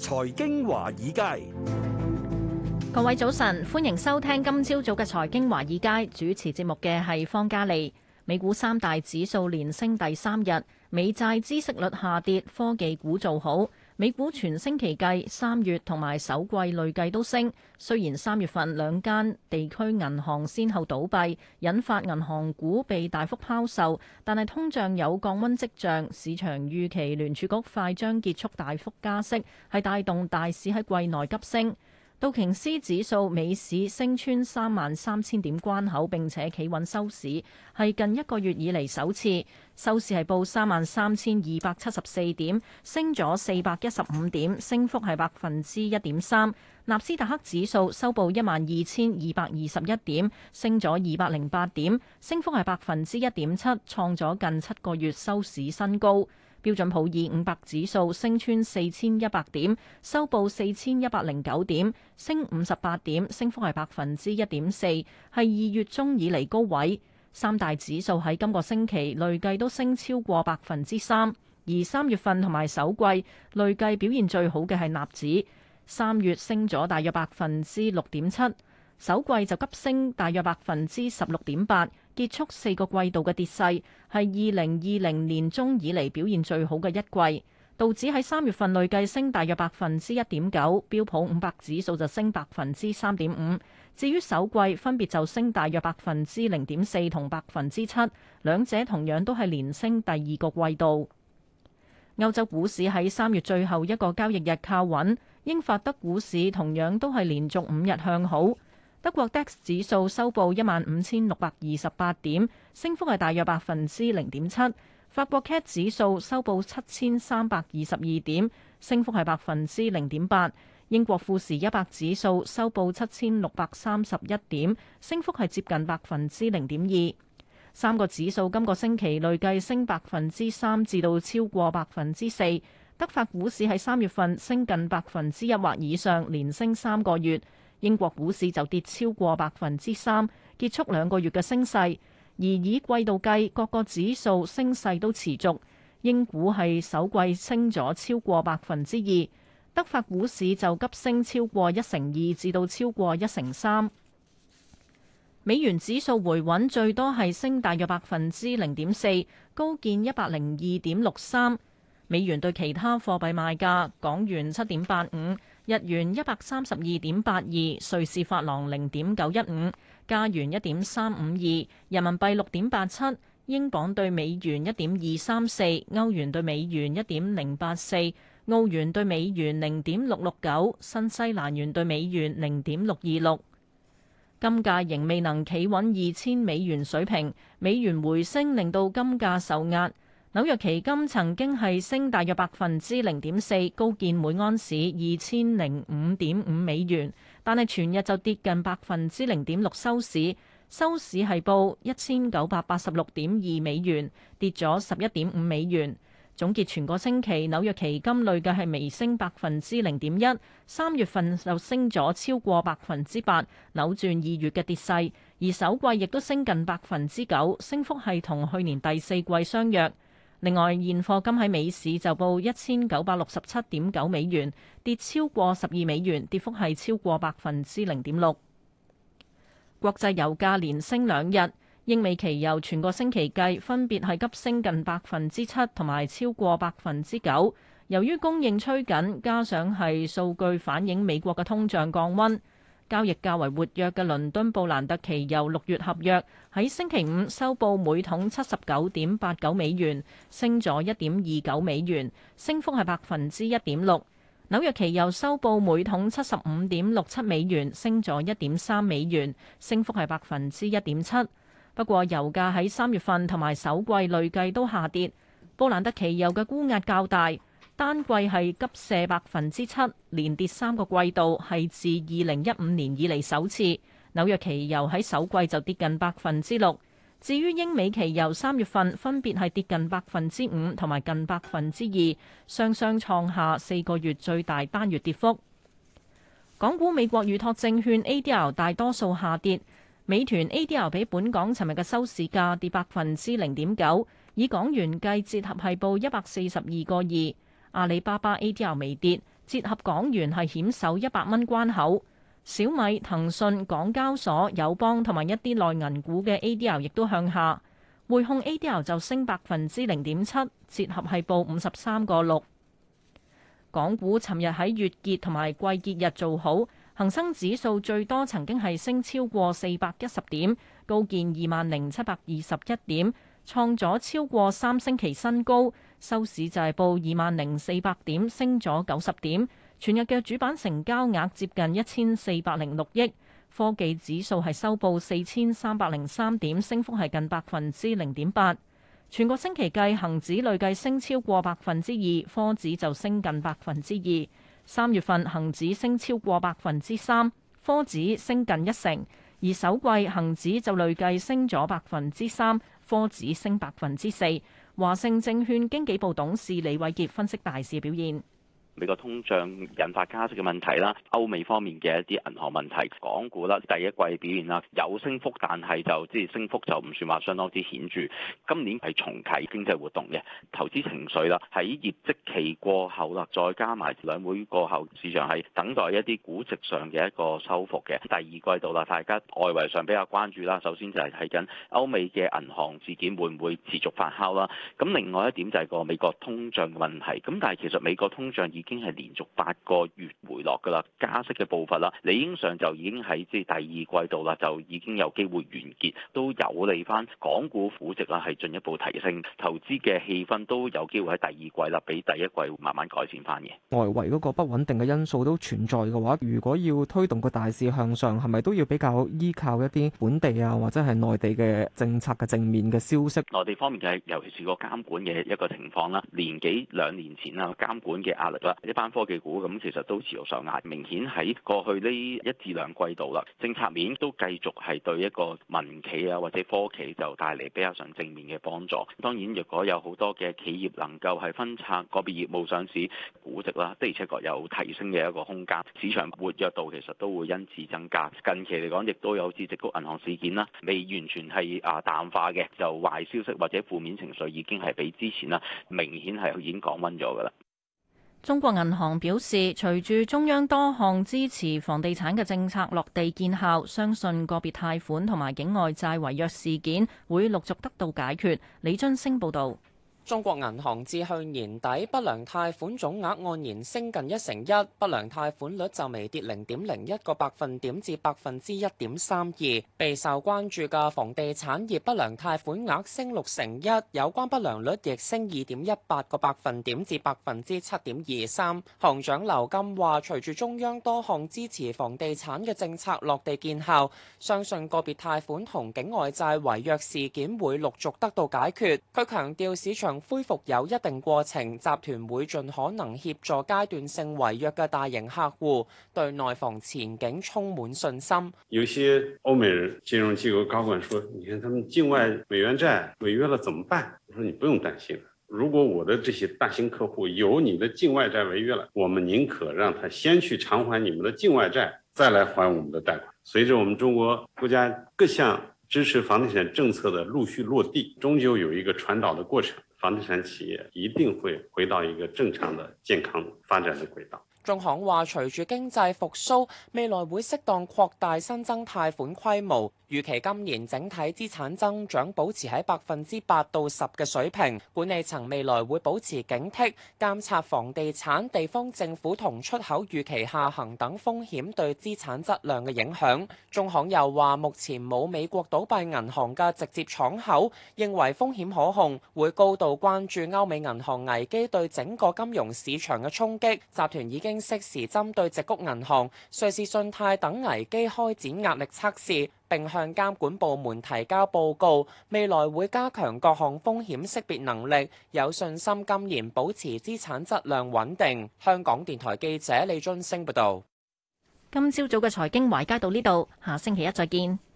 財經華爾街， 各位早晨，歡迎收聽今朝早嘅財經華爾街，主持節目嘅係方嘉利。美股三大指數連升第三日，美債孳息率下跌，科技股做好。美股全星期計，3月同埋首季累計都升。雖然3月份兩間地區銀行先後倒閉，引發銀行股被大幅拋售，但係通脹有降溫跡象，市場預期聯儲局快將結束大幅加息，係帶動大市喺季內急升。道瓊斯指數尾市升穿33000點關口，並且企穩收市，係近一個月以嚟首次。收市係報33274點，升咗415點，升幅係1.3%。納斯達克指數收報12221點，升咗208點，升幅係1.7%，創咗近7個月收市新高。標準普爾500指數升穿4100點，收報4109點，升58點，升幅係1.4%，係2月中以嚟高位。三大指數喺今個星期累計都升超過3%，而3月份同埋首季累計表現最好嘅係納指，3月升咗大約6.7%，首季就急升大約16.8%，結束4個季度嘅跌勢，係2020年中以嚟表現最好嘅一季。道指喺3月份累計升大約1.9%，標普500指數就升3.5%。至於首季分別就升大約0.4%同7%，兩者同樣都係連升第二個季度。歐洲股市喺3月最後一個交易日靠穩，英法德股市同樣都係連續5日向好。德國 DAX 指數收報15628點，升幅係大約0.7%。法國 CAC 指數收報7322點，升幅係0.8%。英國富時100指數收報7631點，升幅係接近0.2%。三個指數今個星期累計升3%至到超過4%。德法股市喺3月份升近1%或以上，連升3個月。英國股市就跌超過3%，結束2個月嘅升勢。而以季度計，各個指數升勢都持續。英股係首季升咗超過2%，德法股市就急升超過1%至到超過1%。美元指數回穩，最多係升大約0.4%，高見102.63。美元對其他貨幣賣價：港元7.85，日元132.82，瑞士法郎0.915，加元1.352，人民幣6.87，英鎊對美元1.234，歐元對美元1.084，澳元對美元0.669，新西蘭元對美元0.626。金價仍未能企穩$2000水平，美元回升令到金價受壓。紐約期金曾經係升大約0.4%，高見每盎司$2005.5，但係全日就跌近0.6%收市，收市係報$1986.2，跌咗$11.5。總結全個星期，紐約期金累計係微升0.1%，三月份就升咗超過8%，扭轉2月嘅跌勢，而首季亦都升近9%，升幅係同去年第四季相若。另外，現貨金喺美市就報$1967.9，跌超過$12，跌幅係超過0.6%。國際油價連升2日，英美期油全個星期計分別係急升近7%同埋超過9%。由於供應趨緊，加上係數據反映美國嘅通脹降溫。交易較為活躍嘅倫敦布蘭特期油6月合約喺星期五收報每桶$79.89，升咗$1.29，升幅係1.6%。紐約期油收報每桶$75.67，升咗$1.3，升幅係1.7%。不過油價喺3月份同埋首季累計都下跌，布蘭特期油嘅沽壓較大。單季係急瀉7%，連跌3個季度，係自2015年以嚟首次。紐約期油喺首季就跌近6%。至於英美期油3月份分別係跌近5%同埋近2%，雙雙創下4個月最大單月跌幅。港股美國預託證券 ADR 大多數下跌，美團 ADR 比本港尋日嘅收市價跌0.9%，以港元計折合係報142個2。阿里巴巴 ADR 微跌， 折合港元係險守100蚊關口。小米、騰訊、港交所、友邦同埋一啲內銀股嘅 ADR 亦都向下，匯控 ADR 就升0.7%，折合係報53.6。港股尋日喺月結同埋季結日做好，恒生指數最多曾經係升超過410點，高見20,721點，創咗超過3星期新高。收市就係報20,400點，升咗90點。全日嘅主板成交額接近1406億。科技指數係收報4303點，升幅係近0.8%。全個星期計，恒指累計升超過2%，科指就升近2%。3月份恒指升超過3%，科指升近1成，而首季恒指就累計升咗3%，科指升4%。華盛證券經紀部董事李偉傑分析大市表現。 美國通脹引發加息嘅問題啦，歐美方面嘅一啲銀行問題，港股啦第一季表現啦有升幅，但係就升幅就唔算話相當之顯著。今年係重啟經濟活動嘅投資情緒啦，喺業績期過後啦，再加埋兩會過後，市場係等待一啲估值上嘅一個收復嘅。第二季度啦，大家外圍上比較關注啦，首先就係睇緊歐美嘅銀行事件會唔會持續發酵啦。咁另外一點就係個美國通脹嘅問題。咁但係其實美國通脹已經係連續8個月回落㗎啦，加息嘅步伐啦，理應上就已經喺第二季度啦，就已經有機會完結，都有利翻港股估值啦，係進一步提升，投資嘅氣氛都有機會喺第二季啦，比第一季慢慢改善翻嘅。 外圍嗰個不穩定嘅因素都存在嘅話，如果要推動個大市向上，係咪都要比較依靠一啲本地啊或者係內地嘅政策嘅正面嘅消息？ 內地方面嘅，尤其是個監管嘅一個情況啦，年幾兩年前啦，監管嘅壓力啦，一班科技股咁其實都持續受壓，明顯喺過去呢1至2季度啦，政策面都繼續係對一個民企啊或者科企就帶嚟比較上正面嘅幫助。當然，若果有好多嘅企業能夠係分拆個別業務上市，估值啦的而且確有提升嘅一個空間，市場活躍度其實都會因此增加。近期嚟講，亦都有好似矽谷銀行事件啦，未完全係淡化嘅，就壞消息或者負面情緒已經係比之前啦明顯係已經降溫咗㗎啦。 中國銀行表示，隨住中央多項支持房地產嘅政策落地見效，相信個別貸款同埋境外債違約事件會陸續得到解決。李津升報導。 中國銀行至去年底不良貸款總額按年升近1成1，不良貸款率就微跌0.01個百分點至1.32%。備受關注嘅房地產業不良貸款額升6成1，有關不良率亦升2.18個百分點至7.23%。行長劉金話：隨住中央多項支持房地產嘅政策落地見效，相信個別貸款同境外債違約事件會陸續得到解決。佢強調市場恢復有一定過程，集團會盡可能協助階段性違約嘅大型客戶，對內房前景充滿信心。 有些歐美人金融機構高管說：你看他們境外美元債違約了怎麼辦？我說你不用擔心，如果我的這些大型客戶有你的境外債違約了，我們寧可讓他先去償還你們的境外債，再來還我們的貸款。隨着我們中國國家各項支持房地產政策的陸續落地，終究有一個傳導的過程。房地產企業一定會回到一個正常的健康發展的軌道。 中行話，隨住經濟復甦，未來會適當擴大新增貸款規模，預期今年整體資產增長保持喺8%到10%嘅水平。管理層未來會保持警惕，監察房地產、地方政府同出口預期下行等風險對資產質量嘅影響。中行又話，目前冇美國倒閉銀行嘅直接敞口，認為風險可控，會高度關注歐美銀行危機對整個金融市場嘅衝擊。集團已經適時針對矽谷銀行、瑞士信貸等危機開展壓力測試，並向監管部門提交報告。未來會加強各項風險識別能力，有信心今年保持資產質量穩定。香港電台記者李津升報道。 今朝早嘅財經華爾街到呢度，下星期一再見。